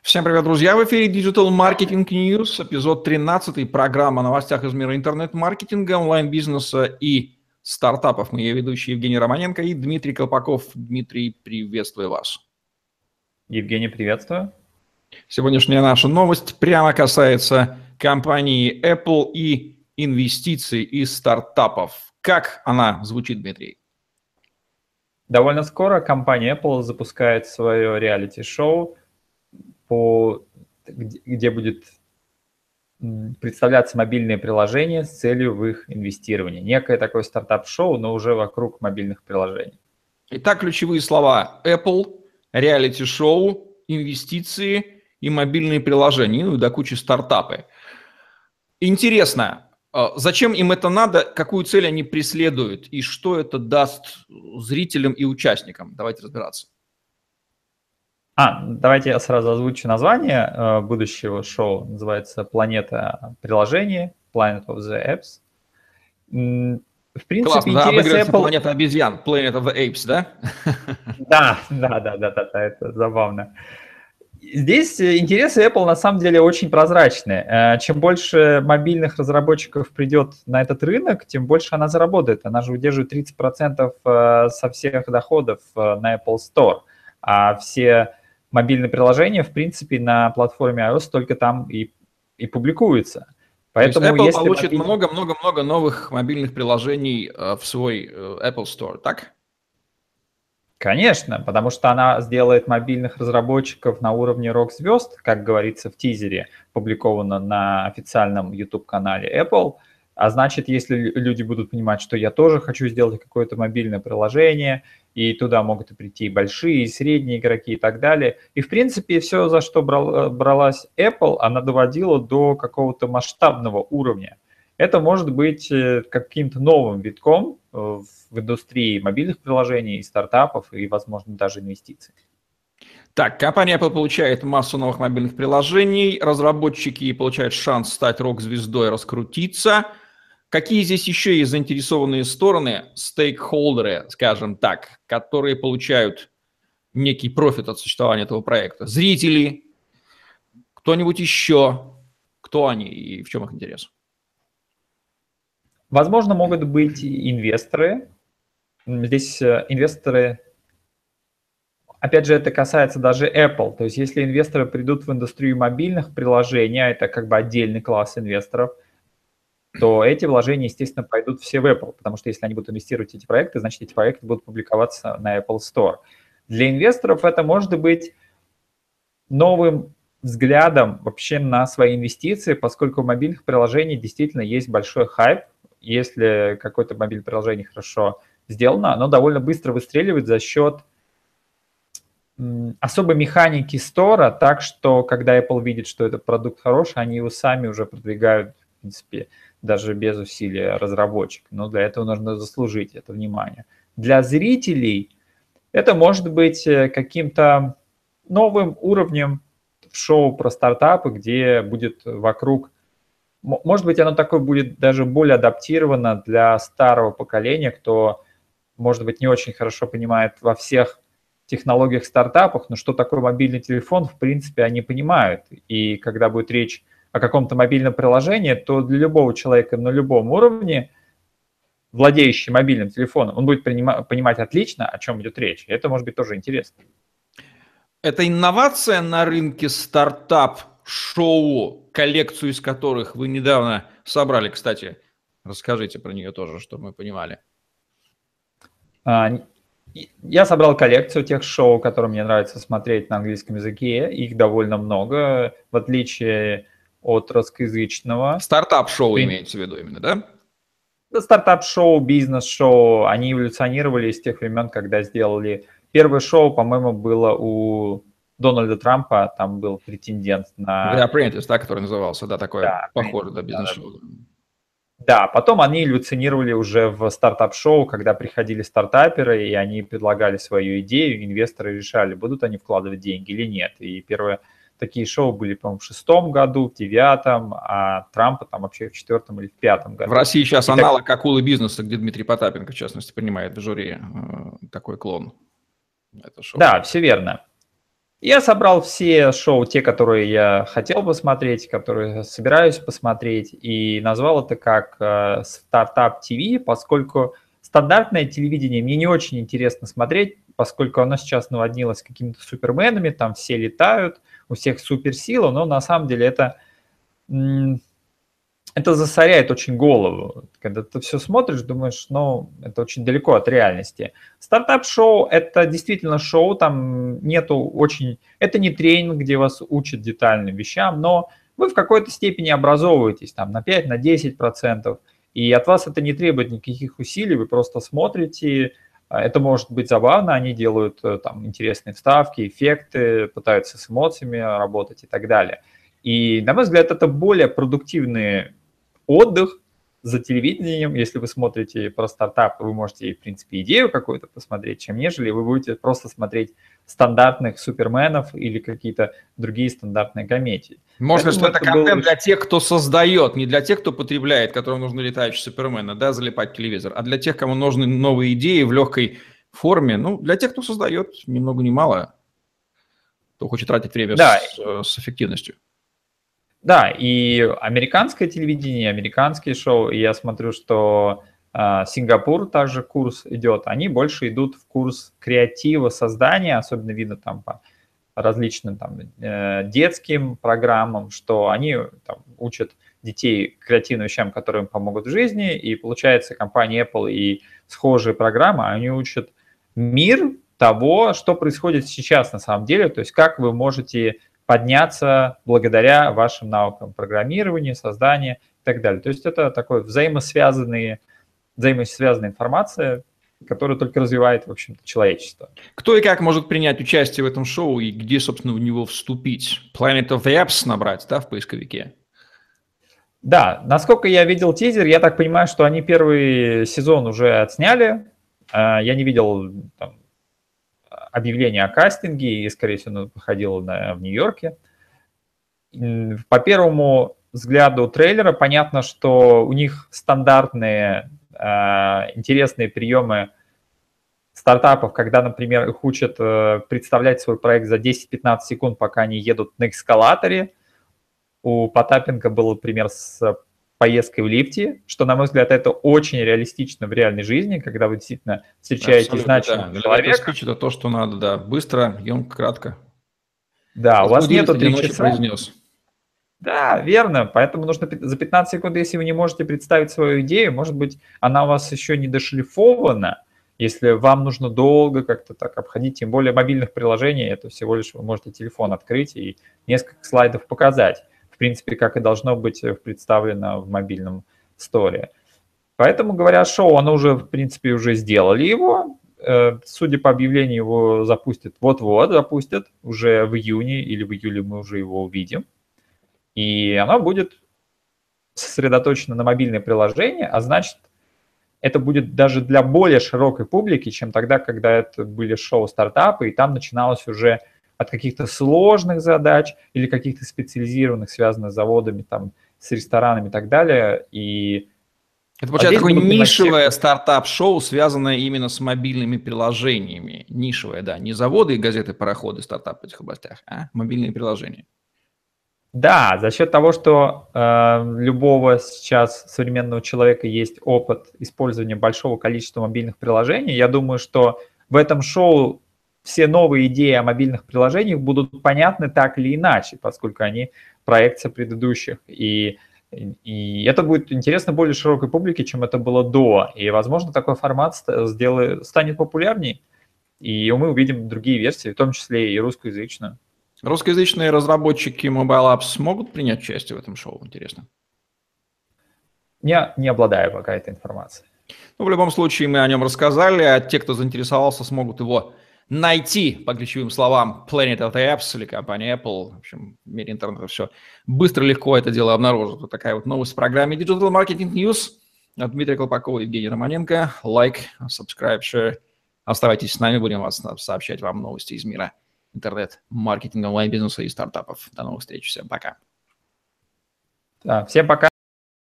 Всем привет, друзья! В эфире Digital Marketing News, эпизод 13, программа о новостях из мира интернет-маркетинга, онлайн-бизнеса и стартапов. Мы ее ведущие Евгений Романенко и Дмитрий Колпаков. Дмитрий, приветствую вас. Евгений, приветствую. Сегодняшняя наша новость прямо касается компании Apple и инвестиций из стартапов. Как она звучит, Дмитрий? Довольно скоро компания Apple запускает свое реалити-шоу, где будет представляться мобильные приложения с целью в их инвестировании. Некое такое стартап-шоу, но уже вокруг мобильных приложений. Итак, ключевые слова: Apple, реалити-шоу, инвестиции и мобильные приложения, ну и до кучи стартапы. Интересно, зачем им это надо, какую цель они преследуют и что это даст зрителям и участникам? Давайте разбираться. Давайте я сразу озвучу название будущего шоу. Называется «Планета приложений», Planet of the Apps. В принципе, классно, да? интерес Обыгрывается Apple... планета обезьян, Planet of the Apes, да? Да, это забавно. Здесь интересы Apple на самом деле очень прозрачны. Чем больше мобильных разработчиков придет на этот рынок, тем больше она заработает. Она же удерживает 30% со всех доходов на Apple Store. А все мобильные приложения, в принципе, на платформе iOS только там и публикуются. Поэтому Apple если получит много-много-много новых мобильных приложений в свой Apple Store, так? Конечно, потому что она сделает мобильных разработчиков на уровне рок-звезд, как говорится в тизере, опубликовано на официальном YouTube-канале Apple. А значит, если люди будут понимать, что я тоже хочу сделать какое-то мобильное приложение, и туда могут и прийти большие, и средние игроки и так далее. И, в принципе, все, за что бралась Apple, она доводила до какого-то масштабного уровня. Это может быть каким-то новым витком в индустрии мобильных приложений, стартапов и, возможно, даже инвестиций. Так, компания Apple получает массу новых мобильных приложений, разработчики получают шанс стать рок-звездой, раскрутиться. Какие здесь еще есть заинтересованные стороны, стейкхолдеры, скажем так, которые получают некий профит от существования этого проекта? Зрители, кто-нибудь еще? Кто они и в чем их интерес? Возможно, могут быть инвесторы. Здесь инвесторы, опять же, это касается даже Apple. То есть если инвесторы придут в индустрию мобильных приложений, а это как бы отдельный класс инвесторов, то эти вложения, естественно, пойдут все в Apple, потому что если они будут инвестировать в эти проекты, значит, эти проекты будут публиковаться на Apple Store. Для инвесторов это может быть новым взглядом вообще на свои инвестиции, поскольку в мобильных приложениях действительно есть большой хайп. Если какое-то мобильное приложение хорошо сделано, оно довольно быстро выстреливает за счет особой механики стора, так что когда Apple видит, что этот продукт хороший, они его сами уже продвигают, в принципе, даже без усилия разработчика. Но для этого нужно заслужить это внимание. Для зрителей это может быть каким-то новым уровнем в шоу про стартапы, где будет вокруг... Может быть, оно такое будет даже более адаптировано для старого поколения, кто, может быть, не очень хорошо понимает во всех технологиях стартапах, но что такое мобильный телефон, в принципе, они понимают. И когда будет речь о каком-то мобильном приложении, то для любого человека на любом уровне, владеющий мобильным телефоном, он будет понимать отлично, о чем идет речь. И это может быть тоже интересно. Это инновация на рынке стартап-шоу, коллекцию из которых вы недавно собрали, кстати. Расскажите про нее тоже, чтобы мы понимали. Я собрал коллекцию тех шоу, которые мне нравится смотреть на английском языке. Их довольно много, в отличие от русскоязычного. Стартап-шоу имеется в виду именно, да? Стартап-шоу, бизнес-шоу, они эволюционировали с тех времен, когда сделали... Первое шоу, по-моему, было у Дональда Трампа, там был претендент на... The Apprentice, да, который назывался, да, такое похоже на бизнес-шоу. Да, потом они эволюционировали уже в стартап-шоу, когда приходили стартаперы, и они предлагали свою идею, инвесторы решали, будут они вкладывать деньги или нет. И первые такие шоу были, по-моему, в 2006 году, в 2009, а Трампа там вообще в 2004 или в 2005 году. В России сейчас аналог «Акулы бизнеса», где Дмитрий Потапенко, в частности, принимает в жюри такой клон. Это шоу. Да, все верно. Я собрал все шоу, те, которые я хотел посмотреть, которые собираюсь посмотреть, и назвал это как стартап ТВ, поскольку стандартное телевидение мне не очень интересно смотреть, поскольку оно сейчас наводнилось какими-то суперменами, там все летают, у всех суперсила, но на самом деле это засоряет очень голову. Когда ты все смотришь, думаешь, ну, это очень далеко от реальности. Стартап-шоу – это действительно шоу, там нету очень… Это не тренинг, где вас учат детальным вещам, но вы в какой-то степени образовываетесь там на 5-10%, и от вас это не требует никаких усилий, вы просто смотрите, это может быть забавно, они делают там интересные вставки, эффекты, пытаются с эмоциями работать и так далее. И, на мой взгляд, это более продуктивные отдых за телевидением, если вы смотрите про стартап, вы можете, в принципе, идею какую-то посмотреть, чем нежели вы будете просто смотреть стандартных суперменов или какие-то другие стандартные комедии. Можно сказать, что это контент был… для тех, кто создает, не для тех, кто потребляет, которым нужны летающие супермены, да, залипать телевизор, а для тех, кому нужны новые идеи в легкой форме. Ну, для тех, кто создает, ни много ни мало, кто хочет тратить время Да, с эффективностью. да, и американское телевидение, американские шоу, и я смотрю, что Сингапур также курс идет, они больше идут в курс креатива, создания, особенно видно там по различным там детским программам, что они там учат детей креативным вещам, которые им помогут в жизни, и получается компания Apple и схожие программы, они учат мир того, что происходит сейчас на самом деле, то есть как вы можете подняться благодаря вашим навыкам программирования, создания и так далее. То есть это такой взаимосвязанная информация, которая только развивает, в общем-то, человечество. Кто и как может принять участие в этом шоу и где, собственно, в него вступить? Planet of the Apps набрать, да, в поисковике? Да, насколько я видел тизер, я так понимаю, что они первый сезон уже отсняли. Я не видел там объявления о кастинге, и, скорее всего, оно выходило в Нью-Йорке. По первому взгляду трейлера понятно, что у них стандартные интересные приемы стартапов, когда, например, их учат представлять свой проект за 10-15 секунд, пока они едут на эскалаторе. У Потапенко был пример с поездкой в лифте, что, на мой взгляд, это очень реалистично в реальной жизни, когда вы действительно встречаете значимого человека. Спич это то, что надо, да. Быстро, емко, кратко. Да, у вас нету 3 ночи часа. произнес. Да, верно. Поэтому нужно за 15 секунд, если вы не можете представить свою идею, может быть, она у вас еще не дошлифована, если вам нужно долго как-то так обходить, тем более мобильных приложений, это всего лишь вы можете телефон открыть и несколько слайдов показать. В принципе, как и должно быть представлено в мобильном сторе. Поэтому, говоря, шоу, оно уже, в принципе, уже сделали его. Судя по объявлению, его запустят вот-вот, запустят уже в июне или в июле мы уже его увидим. И оно будет сосредоточено на мобильное приложение, а значит, это будет даже для более широкой публики, чем тогда, когда это были шоу-стартапы, и там начиналось уже от каких-то сложных задач или каких-то специализированных, связанных с заводами, там, с ресторанами и так далее. И это получается такое нишевое стартап-шоу, связанное именно с мобильными приложениями. Нишевое, да, не заводы и газеты, пароходы, стартапы в этих областях, а мобильные приложения. Да, за счет того, что любого сейчас современного человека есть опыт использования большого количества мобильных приложений, я думаю, что в этом шоу все новые идеи о мобильных приложениях будут понятны так или иначе, поскольку они проекция предыдущих. И это будет интересно более широкой публике, чем это было до. И, возможно, такой формат станет популярнее, и мы увидим другие версии, в том числе и русскоязычную. Русскоязычные разработчики Mobile Apps смогут принять участие в этом шоу? Интересно. Я не обладаю пока этой информацией. Ну, в любом случае, мы о нем рассказали, а те, кто заинтересовался, смогут его найти по ключевым словам Planet of the Apps или компания Apple. В общем, в мире интернета все быстро, легко это дело обнаружат. Вот такая вот новость в программе Digital Marketing News от Дмитрия Колпакова и Евгения Романенко. Лайк, subscribe, share. Оставайтесь с нами, будем сообщать вам новости из мира интернет-маркетинга, онлайн-бизнеса и стартапов. До новых встреч. Всем пока. Да, всем пока.